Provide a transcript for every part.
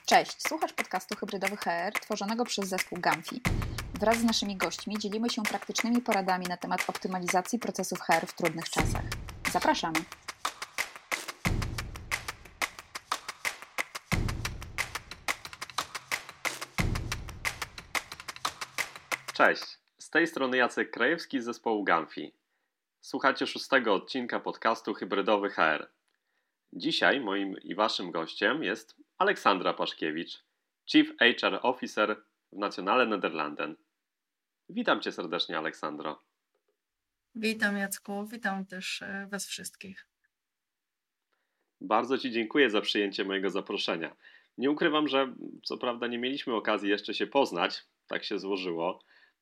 Cześć, słuchasz podcastu Hybrydowy HR tworzonego przez zespół Gamfi. Wraz z naszymi gośćmi dzielimy się praktycznymi poradami na temat optymalizacji procesów HR w trudnych czasach. Zapraszamy! Cześć, z tej strony Jacek Krajewski z zespołu Gamfi. Słuchacie 6. odcinka podcastu Hybrydowy HR. Dzisiaj moim i waszym gościem jest Aleksandra Paszkiewicz, Chief HR Officer w Nationale Nederlanden. Witam cię serdecznie, Aleksandro. Witam, Jacku, witam też was wszystkich. Bardzo ci dziękuję za przyjęcie mojego zaproszenia. Nie ukrywam, że co prawda nie mieliśmy okazji jeszcze się poznać, tak się złożyło,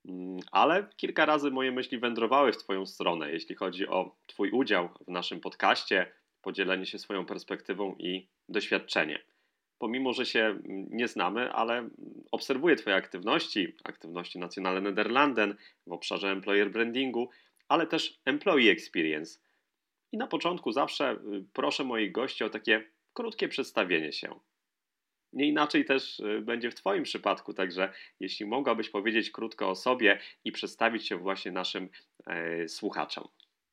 ale kilka razy moje myśli wędrowały w twoją stronę, jeśli chodzi o twój udział w naszym podcaście, podzielenie się swoją perspektywą i doświadczeniem. Pomimo, że się nie znamy, ale obserwuję twoje aktywności Nationale Nederlanden w obszarze employer brandingu, ale też employee experience. I na początku zawsze proszę moich gości o takie krótkie przedstawienie się. Nie inaczej też będzie w twoim przypadku, także jeśli mogłabyś powiedzieć krótko o sobie i przedstawić się właśnie naszym słuchaczom.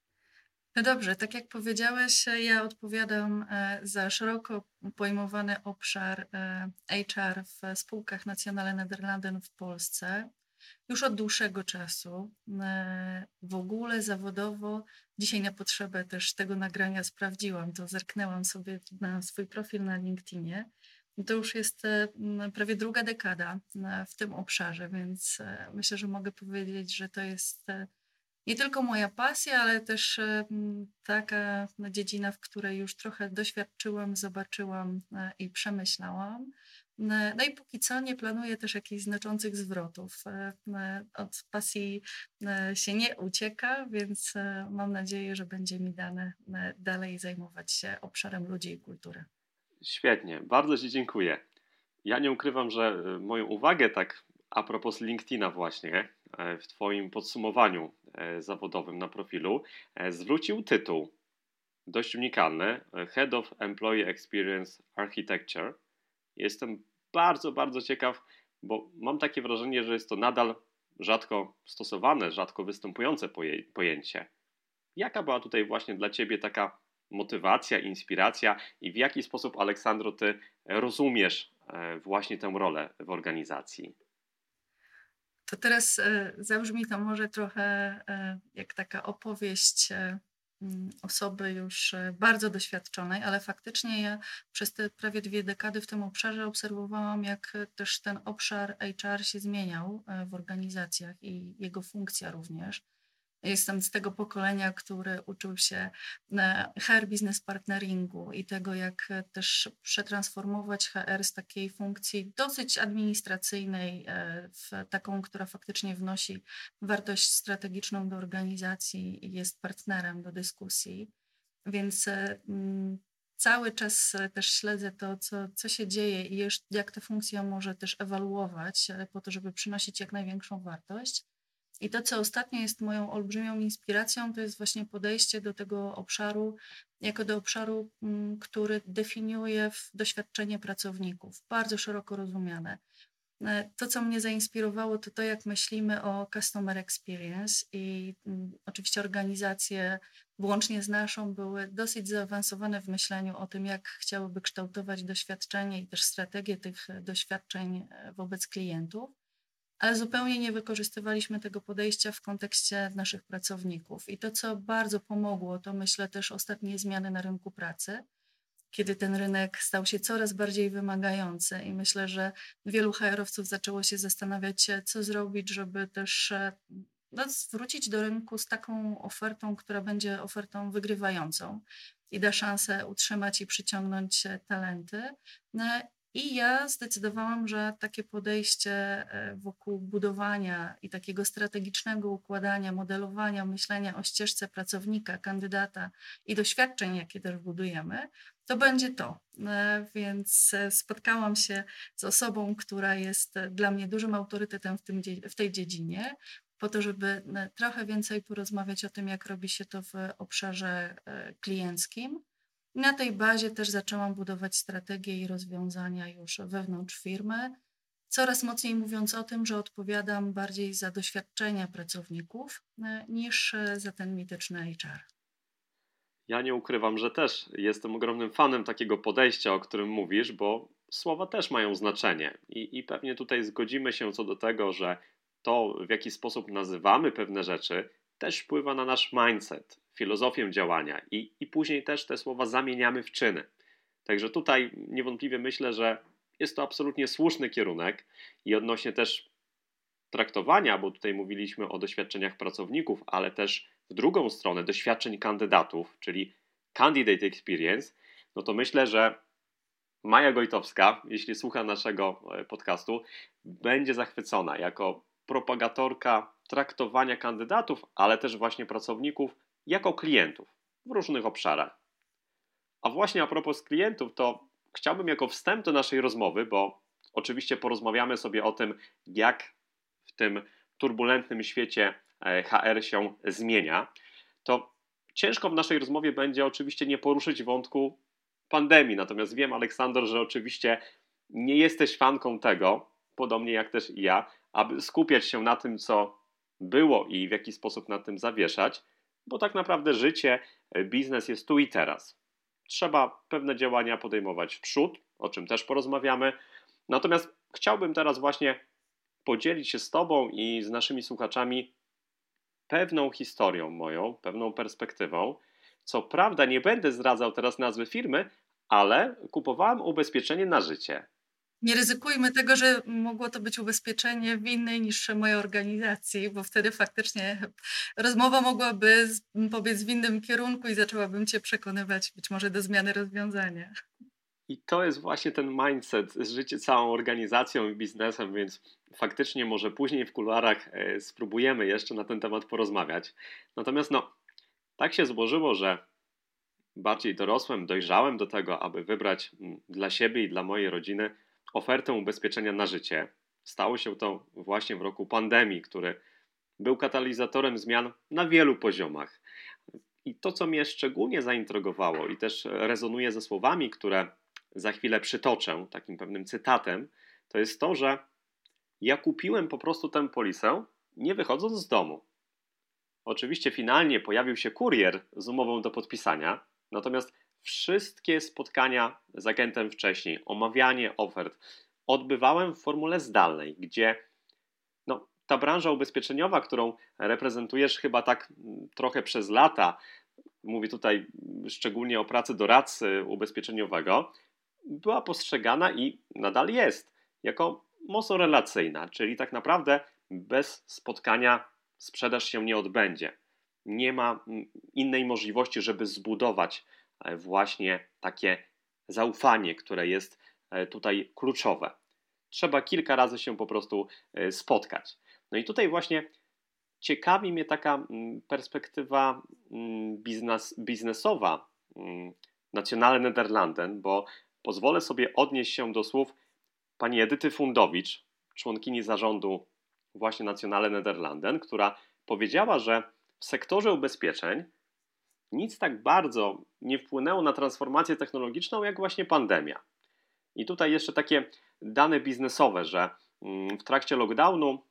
No dobrze, tak jak powiedziałeś, ja odpowiadam za szeroko pojmowany obszar HR w spółkach Nationale Nederlanden w Polsce już od dłuższego czasu. W ogóle zawodowo, dzisiaj na potrzebę też tego nagrania sprawdziłam, to zerknęłam sobie na swój profil na LinkedInie. To już jest prawie druga dekada w tym obszarze, więc myślę, że mogę powiedzieć, że to jest nie tylko moja pasja, ale też taka dziedzina, w której już trochę doświadczyłam, zobaczyłam i przemyślałam. No i póki co nie planuję też jakichś znaczących zwrotów. Od pasji się nie ucieka, więc mam nadzieję, że będzie mi dane dalej zajmować się obszarem ludzi i kultury. Świetnie, bardzo ci dziękuję. Ja nie ukrywam, że moją uwagę tak a propos LinkedIna właśnie w twoim podsumowaniu zawodowym na profilu zwrócił tytuł dość unikalny Head of Employee Experience Architecture. Jestem bardzo ciekaw, bo mam takie wrażenie, że jest to nadal rzadko stosowane, rzadko występujące pojęcie. Jaka była tutaj właśnie dla ciebie taka motywacja, inspiracja i w jaki sposób, Aleksandro, ty rozumiesz właśnie tę rolę w organizacji? To teraz zabrzmi to może trochę jak taka opowieść osoby już bardzo doświadczonej, ale faktycznie ja przez te prawie 2 dekady w tym obszarze obserwowałam, jak też ten obszar HR się zmieniał w organizacjach i jego funkcja również. Jestem z tego pokolenia, który uczył się HR business partneringu i tego, jak też przetransformować HR z takiej funkcji dosyć administracyjnej w taką, która faktycznie wnosi wartość strategiczną do organizacji i jest partnerem do dyskusji. Więc cały czas też śledzę to, co się dzieje i jak ta funkcja może też ewoluować po to, żeby przynosić jak największą wartość. I to, co ostatnio jest moją olbrzymią inspiracją, to jest właśnie podejście do tego obszaru jako do obszaru, który definiuje doświadczenie pracowników, bardzo szeroko rozumiane. To, co mnie zainspirowało, to to, jak myślimy o customer experience i oczywiście organizacje, włącznie z naszą, były dosyć zaawansowane w myśleniu o tym, jak chciałyby kształtować doświadczenie i też strategię tych doświadczeń wobec klientów. Ale zupełnie nie wykorzystywaliśmy tego podejścia w kontekście naszych pracowników. I to, co bardzo pomogło, to myślę też ostatnie zmiany na rynku pracy, kiedy ten rynek stał się coraz bardziej wymagający i myślę, że wielu HR-owców zaczęło się zastanawiać, co zrobić, żeby też wrócić do rynku z taką ofertą, która będzie ofertą wygrywającą i da szansę utrzymać i przyciągnąć talenty. I ja zdecydowałam, że takie podejście wokół budowania i takiego strategicznego układania, modelowania, myślenia o ścieżce pracownika, kandydata i doświadczeń, jakie też budujemy, to będzie to. Więc spotkałam się z osobą, która jest dla mnie dużym autorytetem w tej dziedzinie, po to, żeby trochę więcej porozmawiać o tym, jak robi się to w obszarze klienckim. I na tej bazie też zaczęłam budować strategie i rozwiązania już wewnątrz firmy, coraz mocniej mówiąc o tym, że odpowiadam bardziej za doświadczenia pracowników niż za ten mityczny HR. Ja nie ukrywam, że też jestem ogromnym fanem takiego podejścia, o którym mówisz, bo słowa też mają znaczenie i pewnie tutaj zgodzimy się co do tego, że to, w jaki sposób nazywamy pewne rzeczy, też wpływa na nasz mindset, filozofię działania i później też te słowa zamieniamy w czyny. Także tutaj niewątpliwie myślę, że jest to absolutnie słuszny kierunek i odnośnie też traktowania, bo tutaj mówiliśmy o doświadczeniach pracowników, ale też w drugą stronę doświadczeń kandydatów, czyli candidate experience, no to myślę, że Maja Gojtowska, jeśli słucha naszego podcastu, będzie zachwycona jako propagatorka traktowania kandydatów, ale też właśnie pracowników jako klientów w różnych obszarach. A właśnie a propos klientów, to chciałbym jako wstęp do naszej rozmowy, bo oczywiście porozmawiamy sobie o tym, jak w tym turbulentnym świecie HR się zmienia, to ciężko w naszej rozmowie będzie oczywiście nie poruszyć wątku pandemii. Natomiast wiem, Aleksandr, że oczywiście nie jesteś fanką tego, podobnie jak też i ja, aby skupiać się na tym, co było i w jaki sposób na tym zawieszać, bo tak naprawdę życie, biznes jest tu i teraz. Trzeba pewne działania podejmować w przód, o czym też porozmawiamy. Natomiast chciałbym teraz właśnie podzielić się z Tobą i z naszymi słuchaczami pewną historią moją, pewną perspektywą. Co prawda nie będę zdradzał teraz nazwy firmy, ale kupowałem ubezpieczenie na życie. Nie ryzykujmy tego, że mogło to być ubezpieczenie w innej niż mojej organizacji, bo wtedy faktycznie rozmowa mogłaby pobiec w innym kierunku i zaczęłabym Cię przekonywać być może do zmiany rozwiązania. I to jest właśnie ten mindset, życie całą organizacją i biznesem, więc faktycznie może później w kuluarach spróbujemy jeszcze na ten temat porozmawiać. Natomiast tak się złożyło, że bardziej dorosłem, dojrzałem do tego, aby wybrać dla siebie i dla mojej rodziny ofertę ubezpieczenia na życie. Stało się to właśnie w roku pandemii, który był katalizatorem zmian na wielu poziomach. I to, co mnie szczególnie zaintrygowało i też rezonuje ze słowami, które za chwilę przytoczę, takim pewnym cytatem, to jest to, że ja kupiłem po prostu tę polisę, nie wychodząc z domu. Oczywiście finalnie pojawił się kurier z umową do podpisania, natomiast wszystkie spotkania z agentem wcześniej, omawianie ofert odbywałem w formule zdalnej, gdzie ta branża ubezpieczeniowa, którą reprezentujesz chyba tak trochę przez lata, mówię tutaj szczególnie o pracy doradcy ubezpieczeniowego, była postrzegana i nadal jest jako mocno relacyjna, czyli tak naprawdę bez spotkania sprzedaż się nie odbędzie. Nie ma innej możliwości, żeby zbudować właśnie takie zaufanie, które jest tutaj kluczowe. Trzeba kilka razy się po prostu spotkać. No i tutaj właśnie ciekawi mnie taka perspektywa biznesowa Nationale Nederlanden, bo pozwolę sobie odnieść się do słów pani Edyty Fundowicz, członkini zarządu właśnie Nationale Nederlanden, która powiedziała, że w sektorze ubezpieczeń nic tak bardzo nie wpłynęło na transformację technologiczną jak właśnie pandemia. I tutaj jeszcze takie dane biznesowe, że w trakcie lockdownu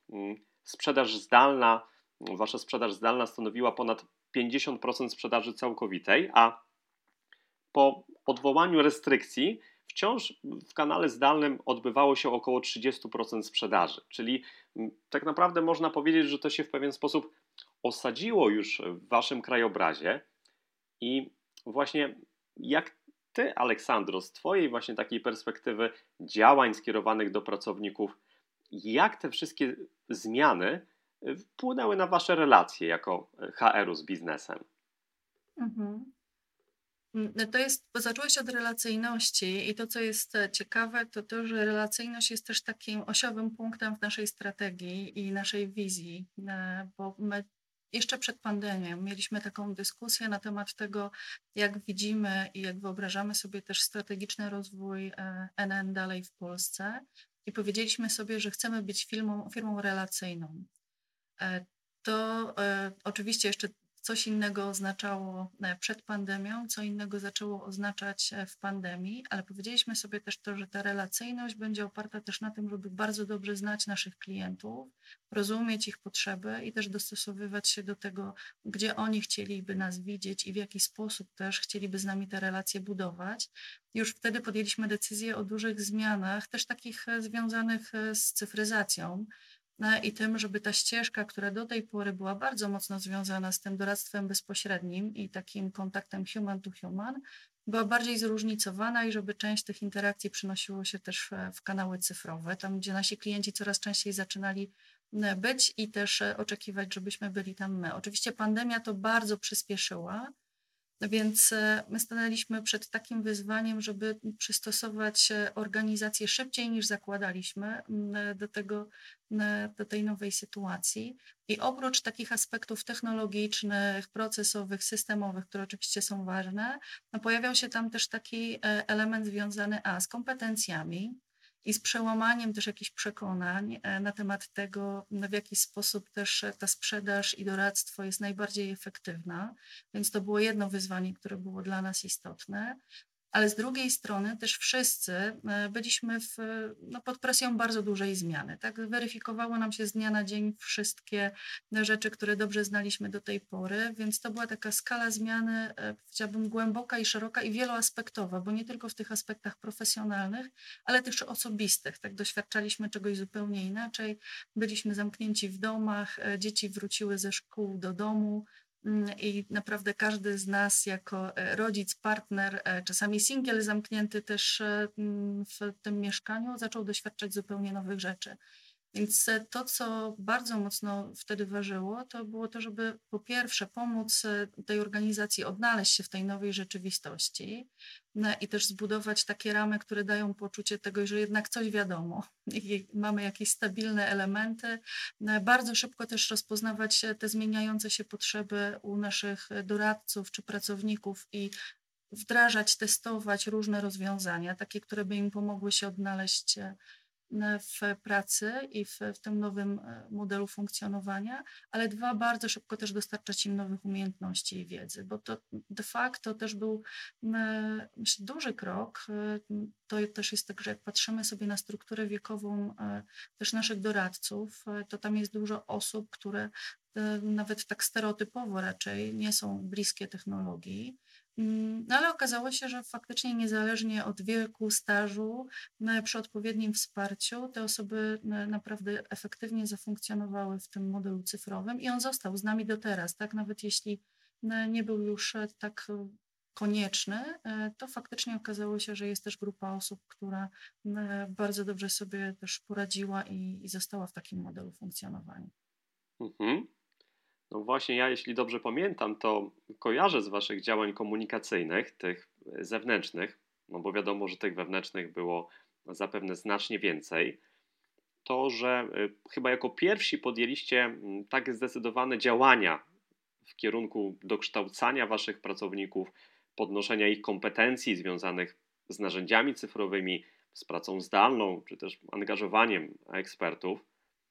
wasza sprzedaż zdalna stanowiła ponad 50% sprzedaży całkowitej, a po odwołaniu restrykcji wciąż w kanale zdalnym odbywało się około 30% sprzedaży. Czyli tak naprawdę można powiedzieć, że to się w pewien sposób osadziło już w waszym krajobrazie i właśnie jak ty, Aleksandro, z twojej właśnie takiej perspektywy działań skierowanych do pracowników, jak te wszystkie zmiany wpłynęły na wasze relacje jako HR-u z biznesem? Mhm. Zacząłeś od relacyjności i to, co jest ciekawe, to to, że relacyjność jest też takim osiowym punktem w naszej strategii i naszej wizji, bo my jeszcze przed pandemią mieliśmy taką dyskusję na temat tego, jak widzimy i jak wyobrażamy sobie też strategiczny rozwój NN dalej w Polsce i powiedzieliśmy sobie, że chcemy być firmą relacyjną. To oczywiście jeszcze Coś innego oznaczało przed pandemią, co innego zaczęło oznaczać w pandemii, ale powiedzieliśmy sobie też to, że ta relacyjność będzie oparta też na tym, żeby bardzo dobrze znać naszych klientów, rozumieć ich potrzeby i też dostosowywać się do tego, gdzie oni chcieliby nas widzieć i w jaki sposób też chcieliby z nami te relacje budować. Już wtedy podjęliśmy decyzję o dużych zmianach, też takich związanych z cyfryzacją i tym, żeby ta ścieżka, która do tej pory była bardzo mocno związana z tym doradztwem bezpośrednim i takim kontaktem human to human, była bardziej zróżnicowana i żeby część tych interakcji przynosiło się też w kanały cyfrowe, tam gdzie nasi klienci coraz częściej zaczynali być i też oczekiwać, żebyśmy byli tam my. Oczywiście pandemia to bardzo przyspieszyła, więc my stanęliśmy przed takim wyzwaniem, żeby przystosować organizację szybciej niż zakładaliśmy do tej nowej sytuacji. I oprócz takich aspektów technologicznych, procesowych, systemowych, które oczywiście są ważne, no pojawiał się tam też taki element związany z kompetencjami i z przełamaniem też jakichś przekonań na temat tego, w jaki sposób też ta sprzedaż i doradztwo jest najbardziej efektywna. Więc to było jedno wyzwanie, które było dla nas istotne. Ale z drugiej strony też wszyscy byliśmy pod presją bardzo dużej zmiany. Tak? Weryfikowało nam się z dnia na dzień wszystkie rzeczy, które dobrze znaliśmy do tej pory, więc to była taka skala zmiany, powiedziałabym, głęboka i szeroka i wieloaspektowa, bo nie tylko w tych aspektach profesjonalnych, ale też osobistych. Tak? Doświadczaliśmy czegoś zupełnie inaczej. Byliśmy zamknięci w domach, dzieci wróciły ze szkół do domu. I naprawdę każdy z nas jako rodzic, partner, czasami singiel zamknięty też w tym mieszkaniu, zaczął doświadczać zupełnie nowych rzeczy. Więc to, co bardzo mocno wtedy ważyło, to było to, żeby po pierwsze pomóc tej organizacji odnaleźć się w tej nowej rzeczywistości i też zbudować takie ramy, które dają poczucie tego, że jednak coś wiadomo i mamy jakieś stabilne elementy. Bardzo szybko też rozpoznawać te zmieniające się potrzeby u naszych doradców czy pracowników i wdrażać, testować różne rozwiązania, takie, które by im pomogły się odnaleźć w pracy i w tym nowym modelu funkcjonowania, ale dwa, bardzo szybko też dostarczać im nowych umiejętności i wiedzy, bo to de facto też był myślę, duży krok. To też jest tak, że jak patrzymy sobie na strukturę wiekową też naszych doradców, to tam jest dużo osób, które nawet tak stereotypowo raczej nie są bliskie technologii. No ale okazało się, że faktycznie niezależnie od wieku, stażu, przy odpowiednim wsparciu te osoby naprawdę efektywnie zafunkcjonowały w tym modelu cyfrowym i on został z nami do teraz, tak? Nawet jeśli nie był już tak konieczny, to faktycznie okazało się, że jest też grupa osób, która bardzo dobrze sobie też poradziła i została w takim modelu funkcjonowania. Mhm. No właśnie, ja jeśli dobrze pamiętam, to kojarzę z waszych działań komunikacyjnych, tych zewnętrznych, no bo wiadomo, że tych wewnętrznych było zapewne znacznie więcej, to, że chyba jako pierwsi podjęliście tak zdecydowane działania w kierunku dokształcania waszych pracowników, podnoszenia ich kompetencji związanych z narzędziami cyfrowymi, z pracą zdalną, czy też angażowaniem ekspertów.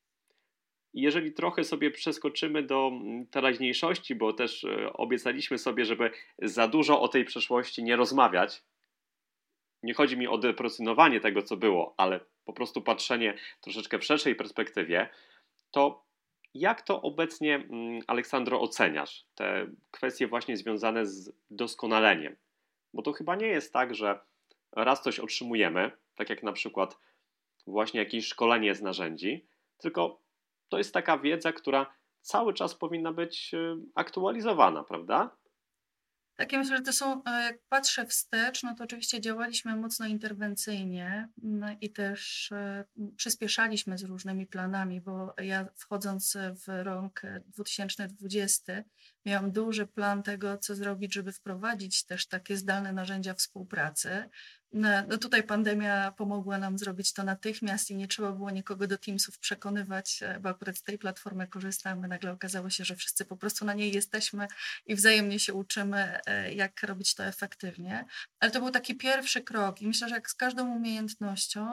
I jeżeli trochę sobie przeskoczymy do teraźniejszości, bo też obiecaliśmy sobie, żeby za dużo o tej przeszłości nie rozmawiać. Nie chodzi mi o deprecjonowanie tego, co było, ale po prostu patrzenie troszeczkę w szerszej perspektywie, to jak to obecnie, Aleksandro, oceniasz? Te kwestie właśnie związane z doskonaleniem. Bo to chyba nie jest tak, że raz coś otrzymujemy, tak jak na przykład właśnie jakieś szkolenie z narzędzi, tylko to jest taka wiedza, która cały czas powinna być aktualizowana, prawda? Tak, ja myślę, że to są, jak patrzę wstecz, no to oczywiście działaliśmy mocno interwencyjnie i też przyspieszaliśmy z różnymi planami, bo ja wchodząc w rok 2020 miałam duży plan tego, co zrobić, żeby wprowadzić też takie zdalne narzędzia współpracy. No tutaj pandemia pomogła nam zrobić to natychmiast i nie trzeba było nikogo do Teamsów przekonywać, bo akurat z tej platformy korzystamy. Nagle okazało się, że wszyscy po prostu na niej jesteśmy i wzajemnie się uczymy, jak robić to efektywnie. Ale to był taki pierwszy krok i myślę, że jak z każdą umiejętnością,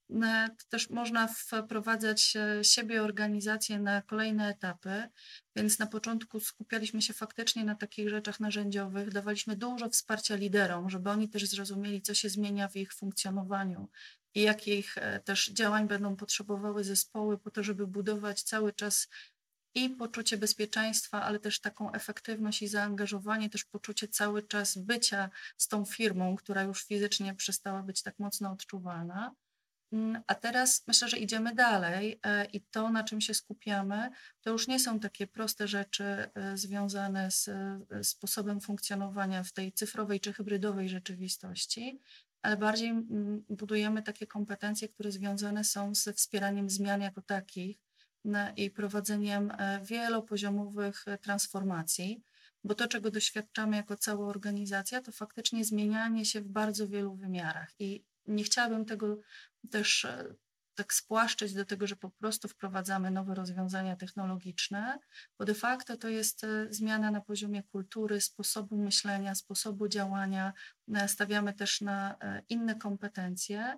To też można wprowadzać siebie, organizację na kolejne etapy, więc na początku skupialiśmy się faktycznie na takich rzeczach narzędziowych, dawaliśmy dużo wsparcia liderom, żeby oni też zrozumieli, co się zmienia w ich funkcjonowaniu i jakich też działań będą potrzebowały zespoły po to, żeby budować cały czas i poczucie bezpieczeństwa, ale też taką efektywność i zaangażowanie, też poczucie cały czas bycia z tą firmą, która już fizycznie przestała być tak mocno odczuwalna. A teraz myślę, że idziemy dalej i to, na czym się skupiamy, to już nie są takie proste rzeczy związane z sposobem funkcjonowania w tej cyfrowej czy hybrydowej rzeczywistości, ale bardziej budujemy takie kompetencje, które związane są ze wspieraniem zmian jako takich i prowadzeniem wielopoziomowych transformacji, bo to, czego doświadczamy jako cała organizacja, to faktycznie zmienianie się w bardzo wielu wymiarach i nie chciałabym tego też tak spłaszczyć do tego, że po prostu wprowadzamy nowe rozwiązania technologiczne, bo de facto to jest zmiana na poziomie kultury, sposobu myślenia, sposobu działania. Stawiamy też na inne kompetencje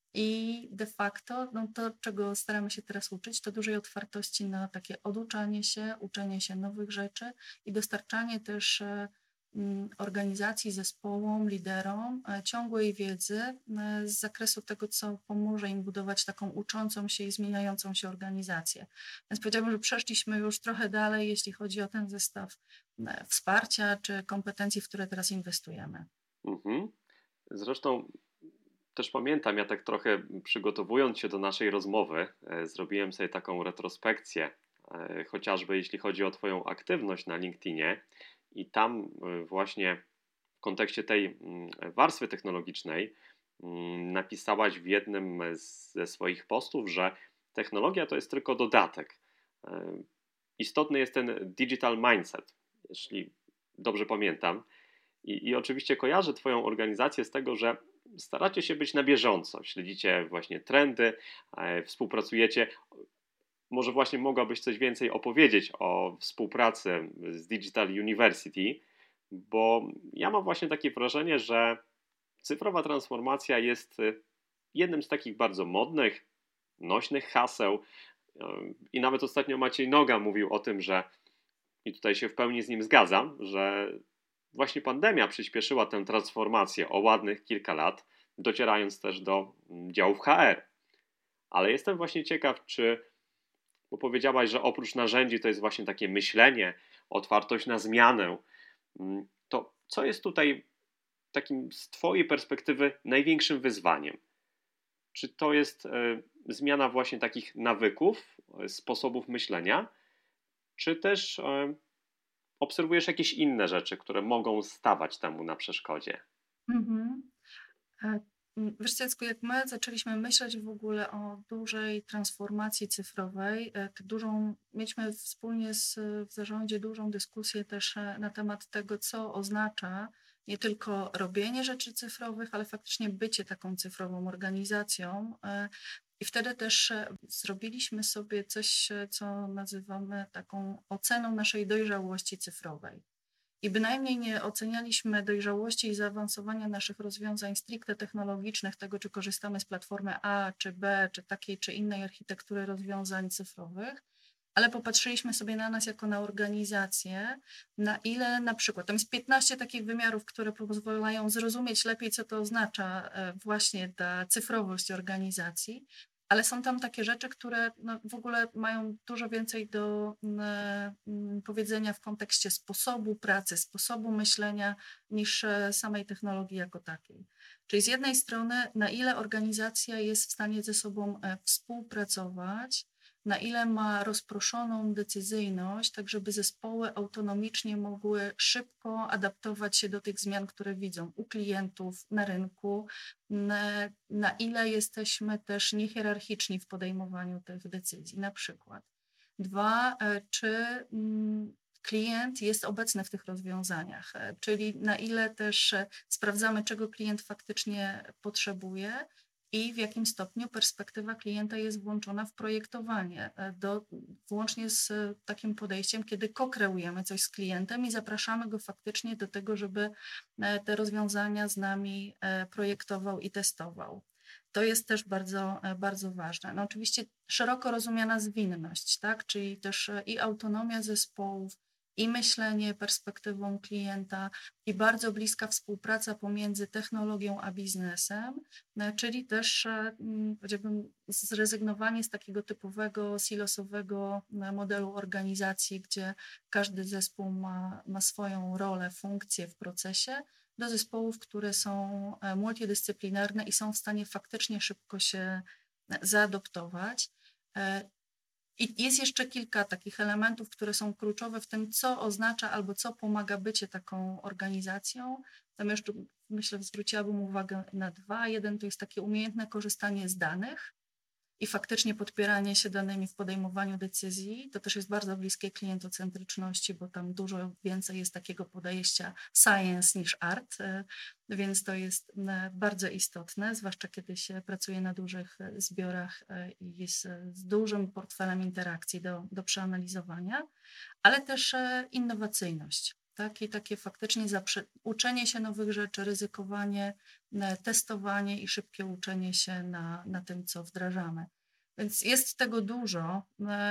i de facto to, czego staramy się teraz uczyć, to dużej otwartości na takie oduczanie się, uczenie się nowych rzeczy i dostarczanie też organizacji, zespołom, liderom ciągłej wiedzy z zakresu tego, co pomoże im budować taką uczącą się i zmieniającą się organizację. Więc powiedziałabym, że przeszliśmy już trochę dalej, jeśli chodzi o ten zestaw wsparcia czy kompetencji, w które teraz inwestujemy. Mhm. Zresztą też pamiętam, ja tak trochę przygotowując się do naszej rozmowy, zrobiłem sobie taką retrospekcję, chociażby jeśli chodzi o Twoją aktywność na LinkedInie i tam właśnie w kontekście tej warstwy technologicznej napisałaś w jednym ze swoich postów, że technologia to jest tylko dodatek. Istotny jest ten digital mindset, jeśli dobrze pamiętam. I oczywiście kojarzę Twoją organizację z tego, że staracie się być na bieżąco, śledzicie właśnie trendy, współpracujecie. Może właśnie mogłabyś coś więcej opowiedzieć o współpracy z Digital University, bo ja mam właśnie takie wrażenie, że cyfrowa transformacja jest jednym z takich bardzo modnych, nośnych haseł i nawet ostatnio Maciej Noga mówił o tym, że i tutaj się w pełni z nim zgadzam, że właśnie pandemia przyspieszyła tę transformację o ładnych kilka lat, docierając też do działów HR. Ale jestem właśnie ciekaw, bo powiedziałaś, że oprócz narzędzi to jest właśnie takie myślenie, otwartość na zmianę. To co jest tutaj takim z Twojej perspektywy największym wyzwaniem? Czy to jest zmiana właśnie takich nawyków, sposobów myślenia, czy też obserwujesz jakieś inne rzeczy, które mogą stawać temu na przeszkodzie? Mhm. Wiesz co, Jacku, jak my zaczęliśmy myśleć w ogóle o dużej transformacji cyfrowej, mieliśmy wspólnie w zarządzie dużą dyskusję też na temat tego, co oznacza nie tylko robienie rzeczy cyfrowych, ale faktycznie bycie taką cyfrową organizacją. I wtedy też zrobiliśmy sobie coś, co nazywamy taką oceną naszej dojrzałości cyfrowej. I bynajmniej nie ocenialiśmy dojrzałości i zaawansowania naszych rozwiązań stricte technologicznych, tego czy korzystamy z platformy A czy B, czy takiej czy innej architektury rozwiązań cyfrowych, ale popatrzyliśmy sobie na nas jako na organizację, na ile na przykład, tam jest 15 takich wymiarów, które pozwalają zrozumieć lepiej, co to oznacza właśnie ta cyfrowość organizacji, ale są tam takie rzeczy, które w ogóle mają dużo więcej do powiedzenia w kontekście sposobu pracy, sposobu myślenia niż samej technologii jako takiej. Czyli z jednej strony, na ile organizacja jest w stanie ze sobą współpracować, na ile ma rozproszoną decyzyjność, tak żeby zespoły autonomicznie mogły szybko adaptować się do tych zmian, które widzą u klientów, na rynku, na ile jesteśmy też niehierarchiczni w podejmowaniu tych decyzji, na przykład. 2, czy klient jest obecny w tych rozwiązaniach, czyli na ile też sprawdzamy, czego klient faktycznie potrzebuje i w jakim stopniu perspektywa klienta jest włączona w projektowanie, włącznie z takim podejściem, kiedy ko-kreujemy coś z klientem i zapraszamy go faktycznie do tego, żeby te rozwiązania z nami projektował i testował. To jest też bardzo, bardzo ważne. No oczywiście szeroko rozumiana zwinność, tak? Czyli też i autonomia zespołów, i myślenie perspektywą klienta, i bardzo bliska współpraca pomiędzy technologią a biznesem, czyli też powiedziałbym zrezygnowanie z takiego typowego silosowego modelu organizacji, gdzie każdy zespół ma swoją rolę, funkcję w procesie, do zespołów, które są multidyscyplinarne i są w stanie faktycznie szybko się zaadoptować. I jest jeszcze kilka takich elementów, które są kluczowe w tym, co oznacza albo co pomaga bycie taką organizacją. Tam jeszcze myślę, zwróciłabym uwagę na dwa. Jeden to jest takie umiejętne korzystanie z danych i faktycznie podpieranie się danymi w podejmowaniu decyzji. To też jest bardzo bliskie klientocentryczności, bo tam dużo więcej jest takiego podejścia science niż art, więc to jest bardzo istotne, zwłaszcza kiedy się pracuje na dużych zbiorach i z dużym portfelem interakcji do przeanalizowania, ale też innowacyjność. Tak? I takie faktycznie uczenie się nowych rzeczy, ryzykowanie, testowanie i szybkie uczenie się na tym, co wdrażamy. Więc jest tego dużo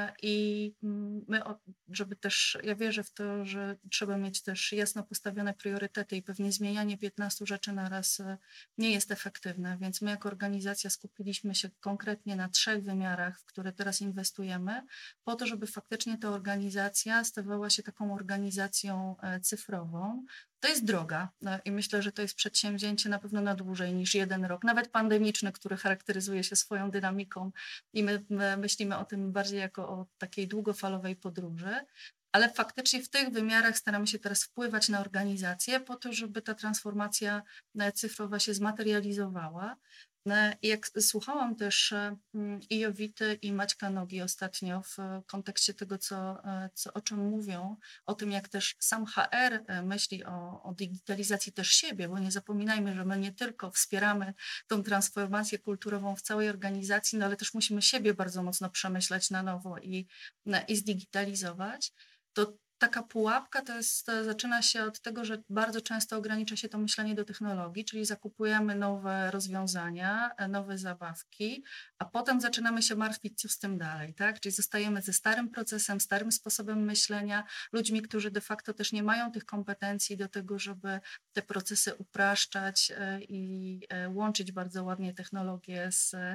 i my, żeby też, ja wierzę w to, że trzeba mieć też jasno postawione priorytety i pewnie zmienianie 15 rzeczy na raz nie jest efektywne, więc my jako organizacja skupiliśmy się konkretnie na 3 wymiarach, w które teraz inwestujemy, po to, żeby faktycznie ta organizacja stawała się taką organizacją cyfrową. To jest droga i myślę, że to jest przedsięwzięcie na pewno na dłużej niż 1 rok, nawet pandemiczny, który charakteryzuje się swoją dynamiką i my myślimy o tym bardziej jako o takiej długofalowej podróży, ale faktycznie w tych wymiarach staramy się teraz wpływać na organizację po to, żeby ta transformacja cyfrowa się zmaterializowała. I jak słuchałam też i Jowity, i Maćka Nogi ostatnio w kontekście tego, o czym mówią, o tym, jak też sam HR myśli o digitalizacji też siebie, bo nie zapominajmy, że my nie tylko wspieramy tą transformację kulturową w całej organizacji, no ale też musimy siebie bardzo mocno przemyśleć na nowo i zdigitalizować, to taka pułapka zaczyna się od tego, że bardzo często ogranicza się to myślenie do technologii, czyli zakupujemy nowe rozwiązania, nowe zabawki, a potem zaczynamy się martwić, co z tym dalej, tak? Czyli zostajemy ze starym procesem, starym sposobem myślenia, ludźmi, którzy de facto też nie mają tych kompetencji do tego, żeby te procesy upraszczać i łączyć bardzo ładnie technologię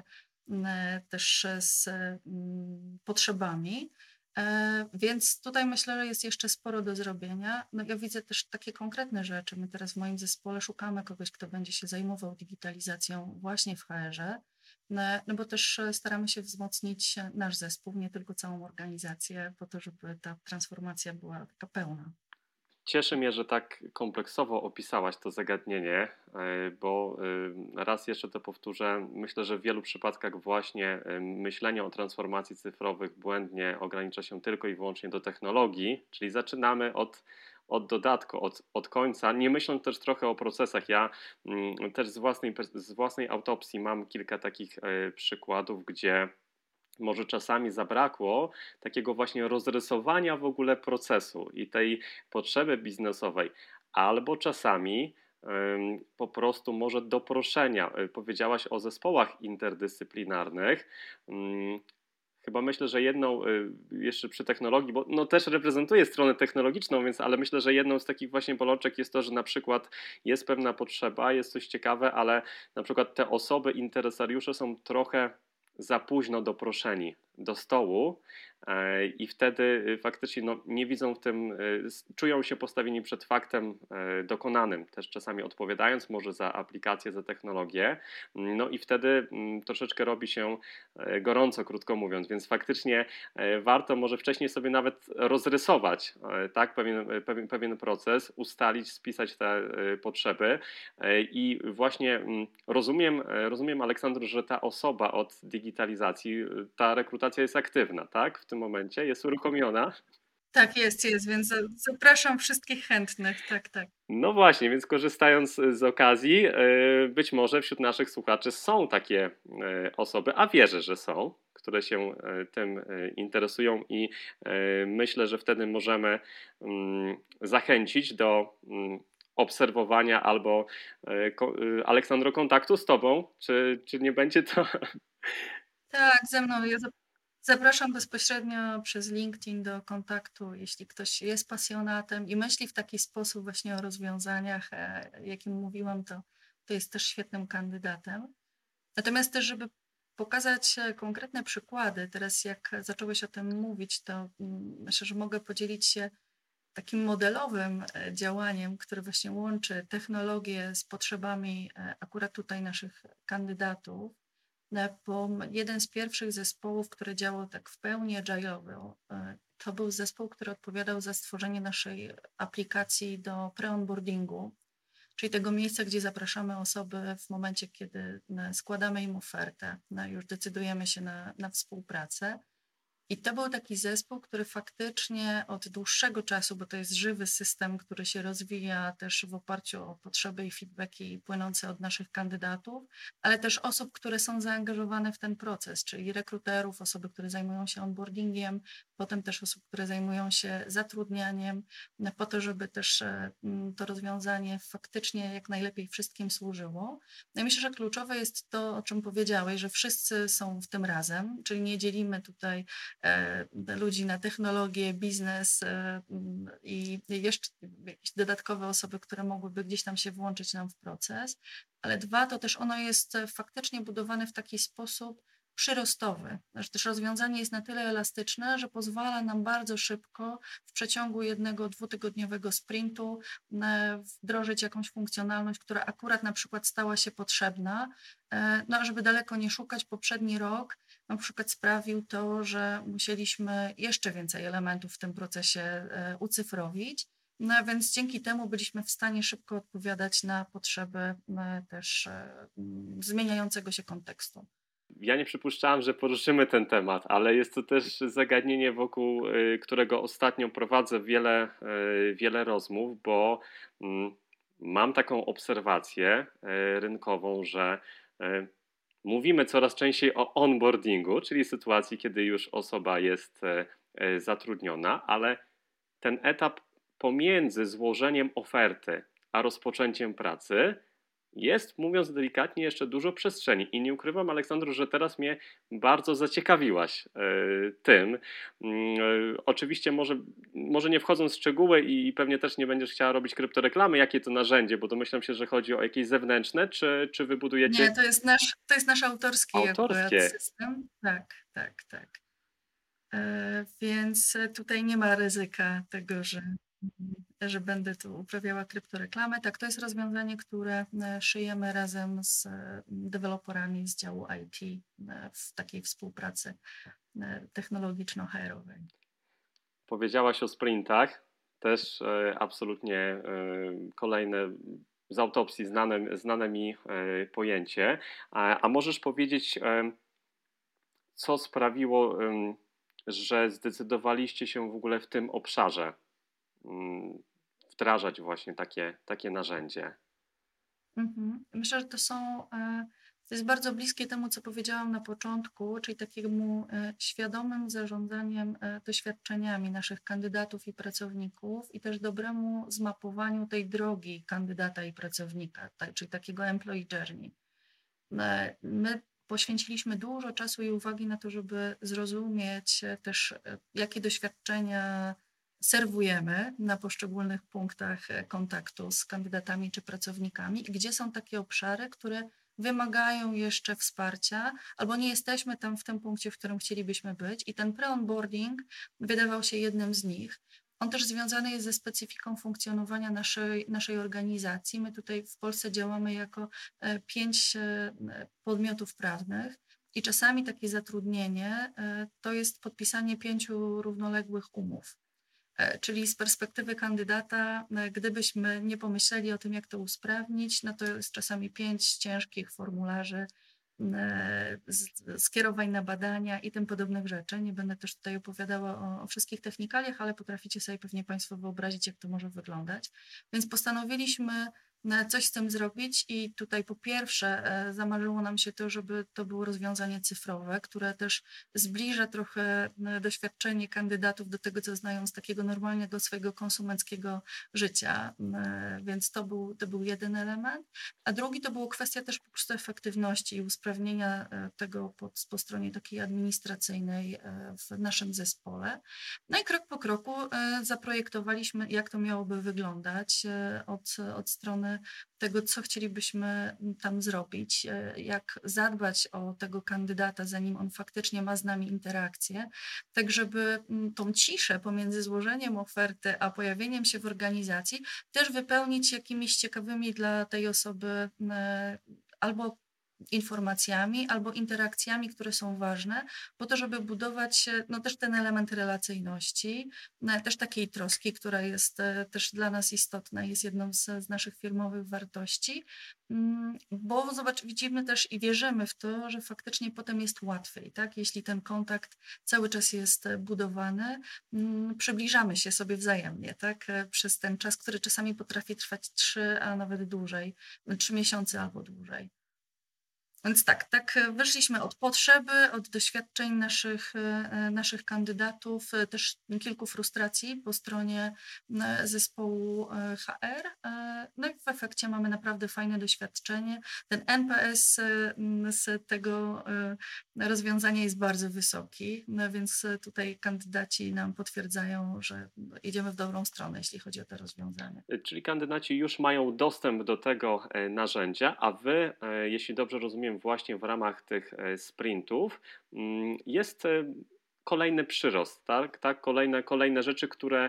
też z potrzebami. Więc tutaj myślę, że jest jeszcze sporo do zrobienia. No ja widzę też takie konkretne rzeczy. My teraz w moim zespole szukamy kogoś, kto będzie się zajmował digitalizacją właśnie w HR-ze, no bo też staramy się wzmocnić nasz zespół, nie tylko całą organizację, po to, żeby ta transformacja była taka pełna. Cieszy mnie, że tak kompleksowo opisałaś to zagadnienie, bo raz jeszcze to powtórzę, myślę, że w wielu przypadkach właśnie myślenie o transformacji cyfrowych błędnie ogranicza się tylko i wyłącznie do technologii, czyli zaczynamy od dodatku, od końca, nie myśląc też trochę o procesach. Ja też z własnej autopsji mam kilka takich przykładów, gdzie może czasami zabrakło takiego właśnie rozrysowania w ogóle procesu i tej potrzeby biznesowej, albo czasami po prostu może doproszenia. Powiedziałaś o zespołach interdyscyplinarnych. Chyba myślę, że jedną jeszcze przy technologii, bo no też reprezentuję stronę technologiczną, więc ale myślę, że jedną z takich właśnie bolączek jest to, że na przykład jest pewna potrzeba, jest coś ciekawe, ale na przykład te osoby, interesariusze są trochę za późno doproszeni do stołu i wtedy faktycznie nie widzą w tym, czują się postawieni przed faktem dokonanym, też czasami odpowiadając może za aplikacje, za technologię, no i wtedy troszeczkę robi się gorąco, krótko mówiąc, więc faktycznie warto może wcześniej sobie nawet rozrysować tak, pewien proces, ustalić, spisać te potrzeby i właśnie rozumiem, Aleksandru, że ta osoba od digitalizacji, ta rekrutacja jest aktywna, tak? W tym momencie jest uruchomiona. Tak, jest, więc zapraszam wszystkich chętnych, tak. No właśnie, więc korzystając z okazji, być może wśród naszych słuchaczy są takie osoby, a wierzę, że są, które się tym interesują i myślę, że wtedy możemy zachęcić do obserwowania albo Aleksandro, kontaktu z tobą? Czy nie będzie to... Tak, ze mną. Ja zapraszam bezpośrednio przez LinkedIn do kontaktu, jeśli ktoś jest pasjonatem i myśli w taki sposób właśnie o rozwiązaniach, jakim mówiłam, to jest też świetnym kandydatem. Natomiast też, żeby pokazać konkretne przykłady, teraz jak zacząłeś o tym mówić, to myślę, że mogę podzielić się takim modelowym działaniem, które właśnie łączy technologię z potrzebami akurat tutaj naszych kandydatów. Bo jeden z pierwszych zespołów, który działał tak w pełni agile'owo, to był zespół, który odpowiadał za stworzenie naszej aplikacji do pre-onboardingu, czyli tego miejsca, gdzie zapraszamy osoby w momencie, kiedy składamy im ofertę, już decydujemy się na współpracę. I to był taki zespół, który faktycznie od dłuższego czasu, bo to jest żywy system, który się rozwija też w oparciu o potrzeby i feedbacki płynące od naszych kandydatów, ale też osób, które są zaangażowane w ten proces, czyli rekruterów, osoby, które zajmują się onboardingiem, potem też osób, które zajmują się zatrudnianiem, po to, żeby też to rozwiązanie faktycznie jak najlepiej wszystkim służyło. No i myślę, że kluczowe jest to, o czym powiedziałeś, że wszyscy są w tym razem, czyli nie dzielimy tutaj ludzi na technologię, biznes i jeszcze jakieś dodatkowe osoby, które mogłyby gdzieś tam się włączyć nam w proces. Ale dwa, to też ono jest faktycznie budowane w taki sposób przyrostowy. Że też rozwiązanie jest na tyle elastyczne, że pozwala nam bardzo szybko w przeciągu 1-2-tygodniowego sprintu wdrożyć jakąś funkcjonalność, która akurat na przykład stała się potrzebna. No, żeby daleko nie szukać, poprzedni rok na przykład sprawił to, że musieliśmy jeszcze więcej elementów w tym procesie ucyfrowić. No, więc dzięki temu byliśmy w stanie szybko odpowiadać na potrzeby też zmieniającego się kontekstu. Ja nie przypuszczałem, że poruszymy ten temat, ale jest to też zagadnienie, wokół którego ostatnio prowadzę wiele rozmów, bo mam taką obserwację rynkową, że mówimy coraz częściej o onboardingu, czyli sytuacji, kiedy już osoba jest zatrudniona, ale ten etap pomiędzy złożeniem oferty a rozpoczęciem pracy jest, mówiąc delikatnie, jeszcze dużo przestrzeni. I nie ukrywam, Aleksandru, że teraz mnie bardzo zaciekawiłaś tym. Oczywiście może nie wchodząc w szczegóły i pewnie też nie będziesz chciała robić kryptoreklamy, jakie to narzędzie, bo domyślam się, że chodzi o jakieś zewnętrzne, czy wybudujecie... Nie, to jest nasz autorski Autorskie. system. Tak. Więc tutaj nie ma ryzyka tego, że będę tu uprawiała kryptoreklamę. Tak, to jest rozwiązanie, które szyjemy razem z deweloperami z działu IT w takiej współpracy technologiczno-HR-owej. Powiedziałaś o sprintach, też absolutnie kolejne z autopsji znane mi pojęcie. A możesz powiedzieć, co sprawiło, że zdecydowaliście się w ogóle w tym obszarze wdrażać właśnie takie narzędzie? Myślę, że to jest bardzo bliskie temu, co powiedziałam na początku, czyli takiemu świadomym zarządzaniem doświadczeniami naszych kandydatów i pracowników i też dobremu zmapowaniu tej drogi kandydata i pracownika, czyli takiego employee journey. My poświęciliśmy dużo czasu i uwagi na to, żeby zrozumieć też, jakie doświadczenia serwujemy na poszczególnych punktach kontaktu z kandydatami czy pracownikami i gdzie są takie obszary, które wymagają jeszcze wsparcia albo nie jesteśmy tam w tym punkcie, w którym chcielibyśmy być i ten pre-onboarding wydawał się jednym z nich. On też związany jest ze specyfiką funkcjonowania naszej organizacji. My tutaj w Polsce działamy jako 5 podmiotów prawnych i czasami takie zatrudnienie to jest podpisanie 5 równoległych umów. Czyli z perspektywy kandydata, gdybyśmy nie pomyśleli o tym, jak to usprawnić, no to jest czasami 5 ciężkich formularzy, skierowań na badania i tym podobnych rzeczy. Nie będę też tutaj opowiadała o wszystkich technikaliach, ale potraficie sobie pewnie Państwo wyobrazić, jak to może wyglądać. Więc postanowiliśmy coś z tym zrobić i tutaj po pierwsze zamarzyło nam się to, żeby to było rozwiązanie cyfrowe, które też zbliża trochę doświadczenie kandydatów do tego, co znają z takiego normalnego swojego konsumenckiego życia, więc to był jeden element, a drugi to była kwestia też po prostu efektywności i usprawnienia tego po stronie takiej administracyjnej w naszym zespole. No i krok po kroku zaprojektowaliśmy, jak to miałoby wyglądać od strony tego, co chcielibyśmy tam zrobić, jak zadbać o tego kandydata, zanim on faktycznie ma z nami interakcję, tak żeby tą ciszę pomiędzy złożeniem oferty a pojawieniem się w organizacji też wypełnić jakimiś ciekawymi dla tej osoby albo informacjami, albo interakcjami, które są ważne, po to, żeby budować no, też ten element relacyjności, też takiej troski, która jest też dla nas istotna, jest jedną z naszych firmowych wartości, bo widzimy też i wierzymy w to, że faktycznie potem jest łatwiej, tak? Jeśli ten kontakt cały czas jest budowany, przybliżamy się sobie wzajemnie, tak? Przez ten czas, który czasami potrafi trwać 3, a nawet dłużej, 3 miesiące albo dłużej. Więc tak wyszliśmy od potrzeby, od doświadczeń naszych kandydatów, też kilku frustracji po stronie zespołu HR. No i w efekcie mamy naprawdę fajne doświadczenie. Ten NPS z tego rozwiązania jest bardzo wysoki, więc tutaj kandydaci nam potwierdzają, że idziemy w dobrą stronę, jeśli chodzi o te rozwiązania. Czyli kandydaci już mają dostęp do tego narzędzia, a wy, jeśli dobrze rozumiem, właśnie w ramach tych sprintów jest kolejny przyrost, tak? Kolejne rzeczy, które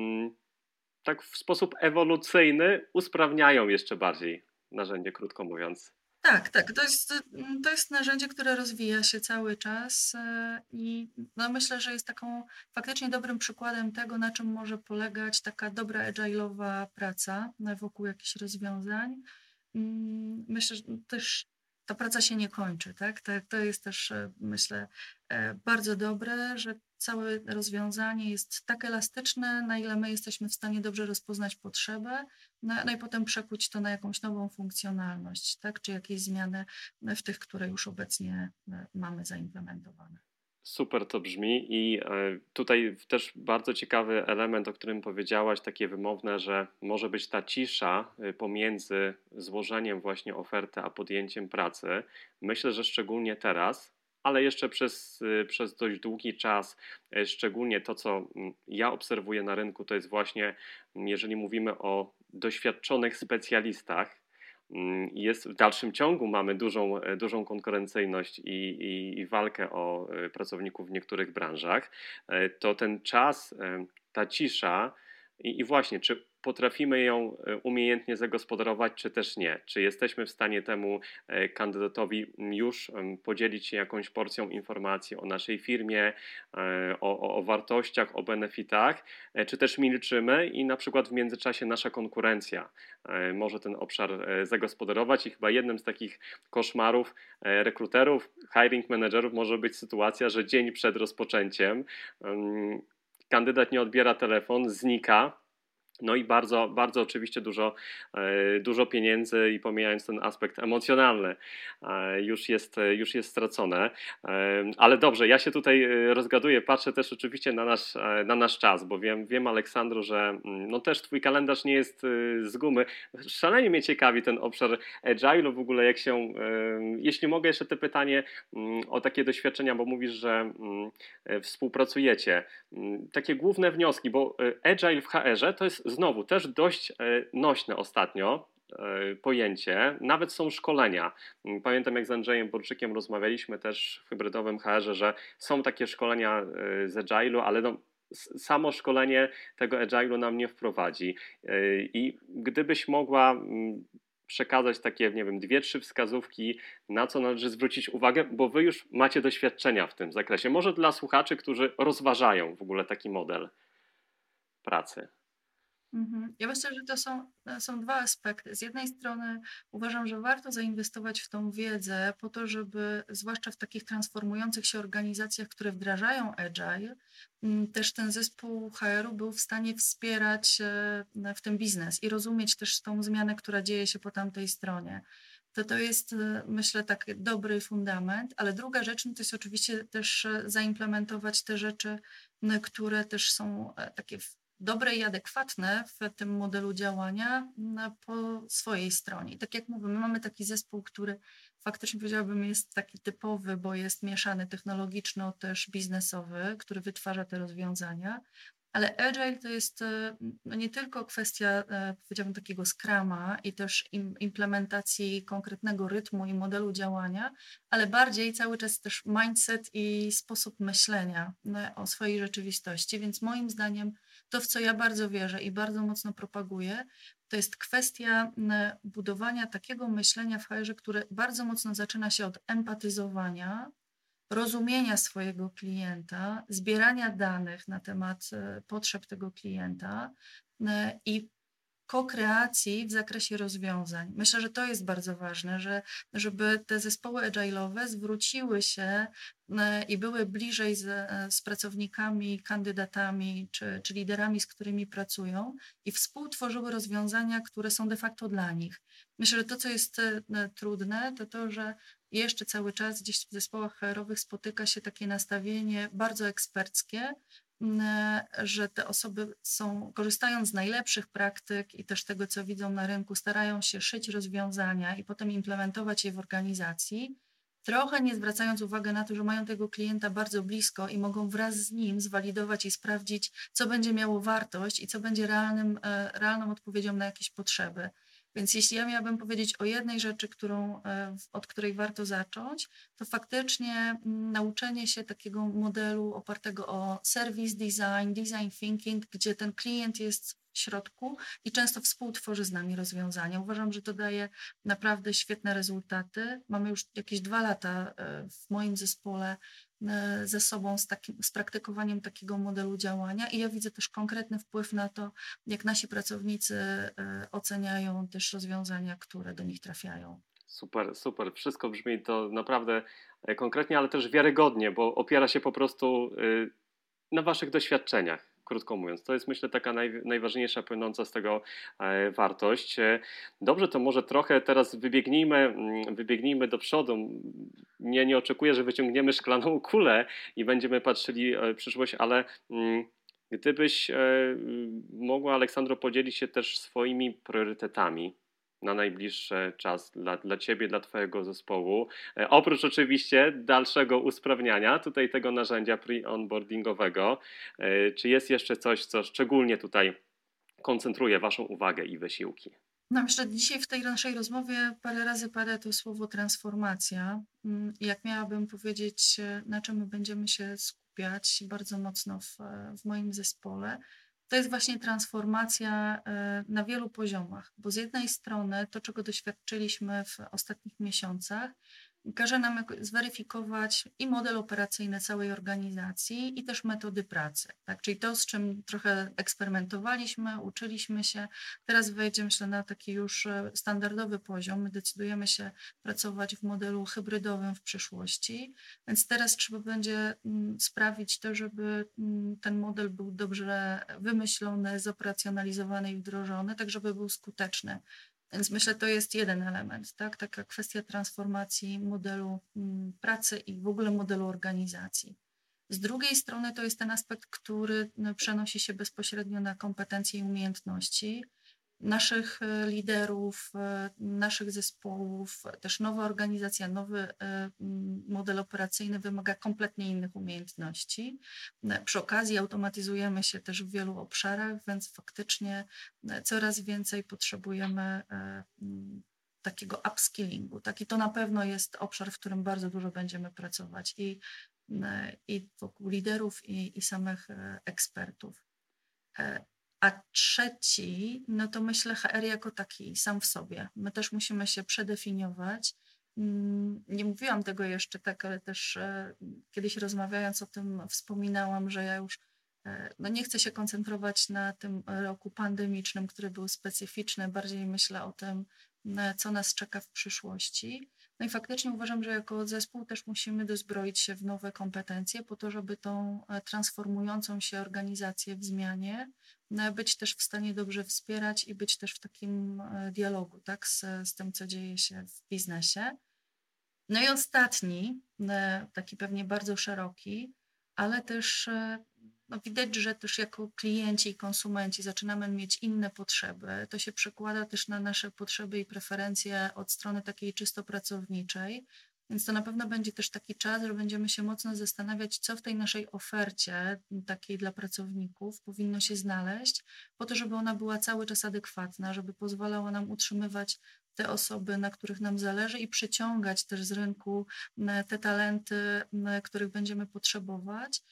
tak w sposób ewolucyjny usprawniają jeszcze bardziej narzędzie, krótko mówiąc. Tak. To jest narzędzie, które rozwija się cały czas i no myślę, że jest taką faktycznie dobrym przykładem tego, na czym może polegać taka dobra agile'owa praca wokół jakichś rozwiązań. Myślę, że też ta praca się nie kończy, tak? To jest też, myślę, bardzo dobre, że całe rozwiązanie jest tak elastyczne, na ile my jesteśmy w stanie dobrze rozpoznać potrzebę, no i potem przekuć to na jakąś nową funkcjonalność, tak? Czy jakieś zmiany w tych, które już obecnie mamy zaimplementowane. Super to brzmi i tutaj też bardzo ciekawy element, o którym powiedziałaś, takie wymowne, że może być ta cisza pomiędzy złożeniem właśnie oferty a podjęciem pracy. Myślę, że szczególnie teraz, ale jeszcze przez dość długi czas, szczególnie to, co ja obserwuję na rynku, to jest właśnie, jeżeli mówimy o doświadczonych specjalistach, jest w dalszym ciągu mamy dużą konkurencyjność i walkę o pracowników w niektórych branżach, to ten czas, ta cisza i właśnie, czy potrafimy ją umiejętnie zagospodarować, czy też nie? Czy jesteśmy w stanie temu kandydatowi już podzielić się jakąś porcją informacji o naszej firmie, o wartościach, o benefitach, czy też milczymy i na przykład w międzyczasie nasza konkurencja może ten obszar zagospodarować i chyba jednym z takich koszmarów rekruterów, hiring managerów może być sytuacja, że dzień przed rozpoczęciem kandydat nie odbiera telefon, znika. No i bardzo oczywiście dużo pieniędzy i pomijając ten aspekt emocjonalny już jest stracone. Ale dobrze, ja się tutaj rozgaduję, patrzę też oczywiście na nasz czas, bo wiem Aleksandro, że no też twój kalendarz nie jest z gumy. Szalenie mnie ciekawi ten obszar agile'u w ogóle, jeśli mogę jeszcze te pytanie o takie doświadczenia, bo mówisz, że współpracujecie. Takie główne wnioski, bo agile w HR-ze to jest znowu też dość nośne ostatnio pojęcie, nawet są szkolenia. Pamiętam, jak z Andrzejem Borczykiem rozmawialiśmy też w hybrydowym HR-ze, że są takie szkolenia z agile'u, ale no, samo szkolenie tego agile'u nam nie wprowadzi. I gdybyś mogła przekazać takie, nie wiem, 2-3 wskazówki, na co należy zwrócić uwagę, bo wy już macie doświadczenia w tym zakresie. Może dla słuchaczy, którzy rozważają w ogóle taki model pracy. Ja myślę, że to są dwa aspekty. Z jednej strony uważam, że warto zainwestować w tą wiedzę po to, żeby zwłaszcza w takich transformujących się organizacjach, które wdrażają agile, też ten zespół HR-u był w stanie wspierać w tym biznes i rozumieć też tą zmianę, która dzieje się po tamtej stronie. To jest, myślę, taki dobry fundament, ale druga rzecz no to jest oczywiście też zaimplementować te rzeczy, które też są takie dobre i adekwatne w tym modelu działania po swojej stronie. I tak jak mówię, my mamy taki zespół, który faktycznie powiedziałabym jest taki typowy, bo jest mieszany technologiczno też biznesowy, który wytwarza te rozwiązania. Ale agile to jest no nie tylko kwestia, powiedziałabym, takiego scruma i też implementacji konkretnego rytmu i modelu działania, ale bardziej cały czas też mindset i sposób myślenia o swojej rzeczywistości. Więc moim zdaniem to, w co ja bardzo wierzę i bardzo mocno propaguję, to jest kwestia budowania takiego myślenia w HR-ze, które bardzo mocno zaczyna się od empatyzowania, rozumienia swojego klienta, zbierania danych na temat potrzeb tego klienta i ko-kreacji w zakresie rozwiązań. Myślę, że to jest bardzo ważne, żeby te zespoły agile'owe zwróciły się i były bliżej z pracownikami, kandydatami czy liderami, z którymi pracują i współtworzyły rozwiązania, które są de facto dla nich. Myślę, że to, co jest trudne, to, że jeszcze cały czas gdzieś w zespołach HR-owych spotyka się takie nastawienie bardzo eksperckie, że te osoby korzystając z najlepszych praktyk i też tego, co widzą na rynku, starają się szyć rozwiązania i potem implementować je w organizacji, trochę nie zwracając uwagi na to, że mają tego klienta bardzo blisko i mogą wraz z nim zwalidować i sprawdzić, co będzie miało wartość i co będzie realną odpowiedzią na jakieś potrzeby. Więc jeśli ja miałabym powiedzieć o jednej rzeczy, od której warto zacząć, to faktycznie nauczenie się takiego modelu opartego o service design, design thinking, gdzie ten klient jest w środku i często współtworzy z nami rozwiązania. Uważam, że to daje naprawdę świetne rezultaty. Mamy już jakieś 2 lata w moim zespole ze sobą z praktykowaniem takiego modelu działania i ja widzę też konkretny wpływ na to, jak nasi pracownicy oceniają też rozwiązania, które do nich trafiają. Super, super. Wszystko brzmi to naprawdę konkretnie, ale też wiarygodnie, bo opiera się po prostu na waszych doświadczeniach, krótko mówiąc. To jest, myślę, taka najważniejsza płynąca z tego wartość. Dobrze, to może trochę teraz wybiegnijmy do przodu. Nie oczekuję, że wyciągniemy szklaną kulę i będziemy patrzyli w przyszłość, ale gdybyś mogła, Aleksandro, podzielić się też swoimi priorytetami na najbliższy czas dla ciebie, dla twojego zespołu. Oprócz oczywiście dalszego usprawniania tutaj tego narzędzia pre-onboardingowego, czy jest jeszcze coś, co szczególnie tutaj koncentruje waszą uwagę i wysiłki? No myślę, że dzisiaj w tej naszej rozmowie parę razy pada to słowo transformacja. Jak miałabym powiedzieć, na czym my będziemy się skupiać bardzo mocno w moim zespole, to jest właśnie transformacja na wielu poziomach, bo z jednej strony to, czego doświadczyliśmy w ostatnich miesiącach, każe nam zweryfikować i model operacyjny całej organizacji i też metody pracy. Tak? Czyli to, z czym trochę eksperymentowaliśmy, uczyliśmy się, teraz wejdzie, myślę, na taki już standardowy poziom. My decydujemy się pracować w modelu hybrydowym w przyszłości, więc teraz trzeba będzie sprawić to, żeby ten model był dobrze wymyślony, zoperacjonalizowany i wdrożony, tak żeby był skuteczny. Więc myślę, to jest jeden element, tak? Taka kwestia transformacji modelu pracy i w ogóle modelu organizacji. Z drugiej strony to jest ten aspekt, który przenosi się bezpośrednio na kompetencje i umiejętności naszych liderów, naszych zespołów. Też nowa organizacja, nowy model operacyjny wymaga kompletnie innych umiejętności. Przy okazji automatyzujemy się też w wielu obszarach, więc faktycznie coraz więcej potrzebujemy takiego upskillingu. I to na pewno jest obszar, w którym bardzo dużo będziemy pracować i wokół liderów i samych ekspertów. A trzeci, no to myślę HR jako taki sam w sobie. My też musimy się przedefiniować. Nie mówiłam tego jeszcze tak, ale też kiedyś rozmawiając o tym wspominałam, że ja już No nie chcę się koncentrować na tym roku pandemicznym, który był specyficzny, bardziej myślę o tym, co nas czeka w przyszłości. No i faktycznie uważam, że jako zespół też musimy dozbroić się w nowe kompetencje po to, żeby tą transformującą się organizację w zmianie być też w stanie dobrze wspierać i być też w takim dialogu, tak, z tym, co dzieje się w biznesie. No i ostatni, taki pewnie bardzo szeroki, ale też no widać, że też jako klienci i konsumenci zaczynamy mieć inne potrzeby. To się przekłada też na nasze potrzeby i preferencje od strony takiej czysto pracowniczej. Więc to na pewno będzie też taki czas, że będziemy się mocno zastanawiać, co w tej naszej ofercie takiej dla pracowników powinno się znaleźć, po to, żeby ona była cały czas adekwatna, żeby pozwalała nam utrzymywać te osoby, na których nam zależy i przyciągać też z rynku te talenty, których będziemy potrzebować,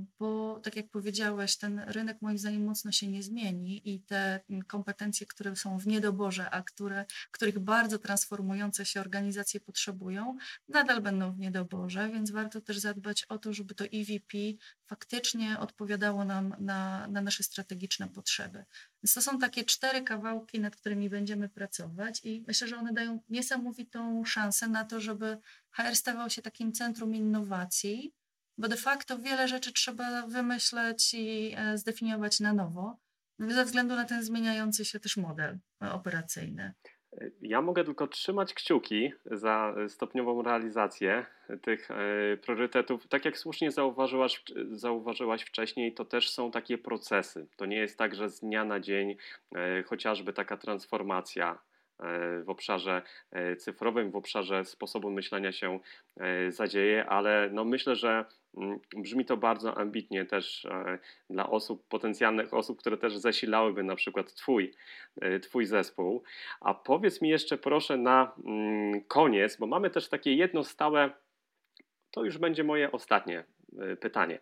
bo tak jak powiedziałeś, ten rynek moim zdaniem mocno się nie zmieni i te kompetencje, które są w niedoborze, a których bardzo transformujące się organizacje potrzebują, nadal będą w niedoborze, więc warto też zadbać o to, żeby to EVP faktycznie odpowiadało nam na nasze strategiczne potrzeby. Więc to są takie 4 kawałki, nad którymi będziemy pracować i myślę, że one dają niesamowitą szansę na to, żeby HR stawał się takim centrum innowacji, bo de facto wiele rzeczy trzeba wymyśleć i zdefiniować na nowo, ze względu na ten zmieniający się też model operacyjny. Ja mogę tylko trzymać kciuki za stopniową realizację tych priorytetów. Tak jak słusznie zauważyłaś wcześniej, to też są takie procesy. To nie jest tak, że z dnia na dzień chociażby taka transformacja w obszarze cyfrowym, w obszarze sposobu myślenia się zadzieje, ale no myślę, że brzmi to bardzo ambitnie też dla osób, potencjalnych osób, które też zasilałyby na przykład twój zespół. A powiedz mi jeszcze proszę na koniec, bo mamy też takie jedno stałe, to już będzie moje ostatnie pytanie.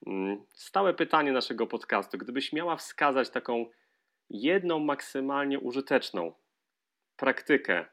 Stałe pytanie naszego podcastu. Gdybyś miała wskazać taką jedną maksymalnie użyteczną praktykę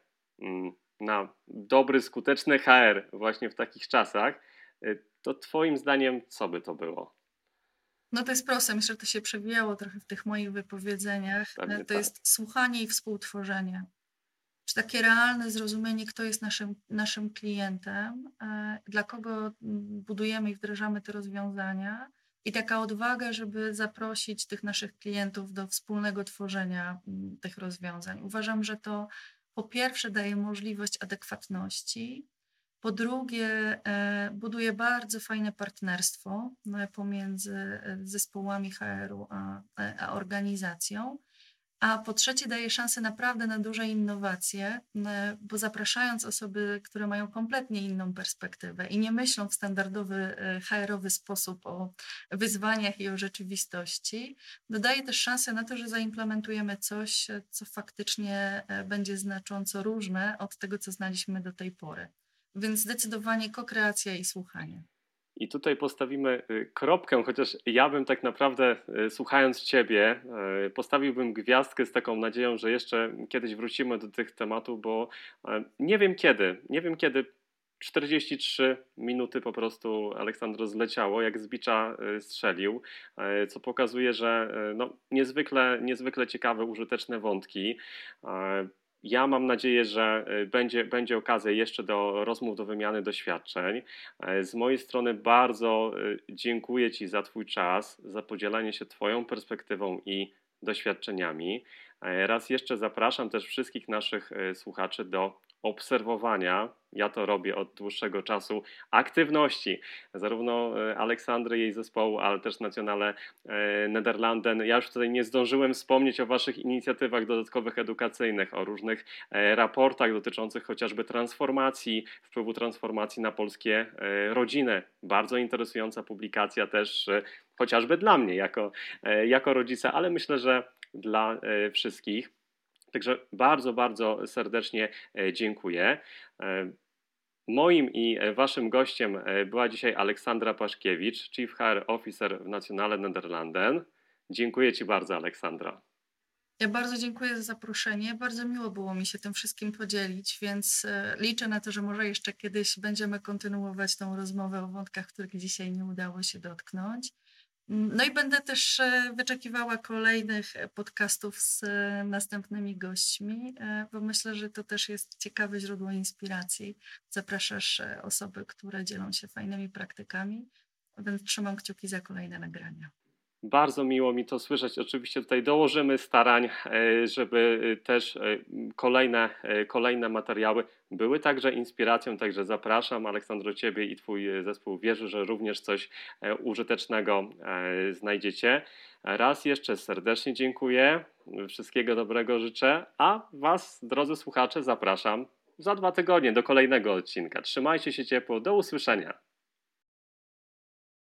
na dobry, skuteczny HR właśnie w takich czasach, to twoim zdaniem co by to było? No to jest proste, myślę, że to się przewijało trochę w tych moich wypowiedzeniach. Pewnie To tak. jest słuchanie i współtworzenie. Czy takie realne zrozumienie, kto jest naszym klientem, dla kogo budujemy i wdrażamy te rozwiązania i taka odwaga, żeby zaprosić tych naszych klientów do wspólnego tworzenia tych rozwiązań. Uważam, że to po pierwsze daje możliwość adekwatności, po drugie buduje bardzo fajne partnerstwo pomiędzy zespołami HR-u a organizacją. A po trzecie daje szansę naprawdę na duże innowacje, bo zapraszając osoby, które mają kompletnie inną perspektywę i nie myślą w standardowy HR-owy sposób o wyzwaniach i o rzeczywistości, dodaje też szansę na to, że zaimplementujemy coś, co faktycznie będzie znacząco różne od tego, co znaliśmy do tej pory. Więc zdecydowanie kokreacja i słuchanie. I tutaj postawimy kropkę, chociaż ja bym tak naprawdę, słuchając Ciebie, postawiłbym gwiazdkę z taką nadzieją, że jeszcze kiedyś wrócimy do tych tematów, bo nie wiem kiedy 43 minuty po prostu Aleksandro zleciało, jak z bicza strzelił, co pokazuje, że no, niezwykle ciekawe, użyteczne wątki. Ja mam nadzieję, że będzie okazja jeszcze do rozmów, do wymiany doświadczeń. Z mojej strony bardzo dziękuję Ci za Twój czas, za podzielenie się Twoją perspektywą i doświadczeniami. Raz jeszcze zapraszam też wszystkich naszych słuchaczy do obserwowania, ja to robię od dłuższego czasu, aktywności zarówno Aleksandry, jej zespołu, ale też Nationale Nederlanden. Ja już tutaj nie zdążyłem wspomnieć o Waszych inicjatywach dodatkowych edukacyjnych, o różnych raportach dotyczących chociażby transformacji, wpływu transformacji na polskie rodziny. Bardzo interesująca publikacja też chociażby dla mnie jako rodzica, ale myślę, że dla wszystkich. Także bardzo, bardzo serdecznie dziękuję. Moim i Waszym gościem była dzisiaj Aleksandra Paszkiewicz, Chief HR Officer w Nationale Nederlanden. Dziękuję Ci bardzo, Aleksandra. Ja bardzo dziękuję za zaproszenie. Bardzo miło było mi się tym wszystkim podzielić, więc liczę na to, że może jeszcze kiedyś będziemy kontynuować tą rozmowę o wątkach, których dzisiaj nie udało się dotknąć. No i będę też wyczekiwała kolejnych podcastów z następnymi gośćmi, bo myślę, że to też jest ciekawe źródło inspiracji. Zapraszasz osoby, które dzielą się fajnymi praktykami, więc trzymam kciuki za kolejne nagrania. Bardzo miło mi to słyszeć. Oczywiście tutaj dołożymy starań, żeby też kolejne materiały były także inspiracją, także zapraszam Aleksandro Ciebie i Twój zespół. Wierzę, że również coś użytecznego znajdziecie. Raz jeszcze serdecznie dziękuję, wszystkiego dobrego życzę, a Was, drodzy słuchacze, zapraszam za 2 tygodnie do kolejnego odcinka. Trzymajcie się ciepło, do usłyszenia.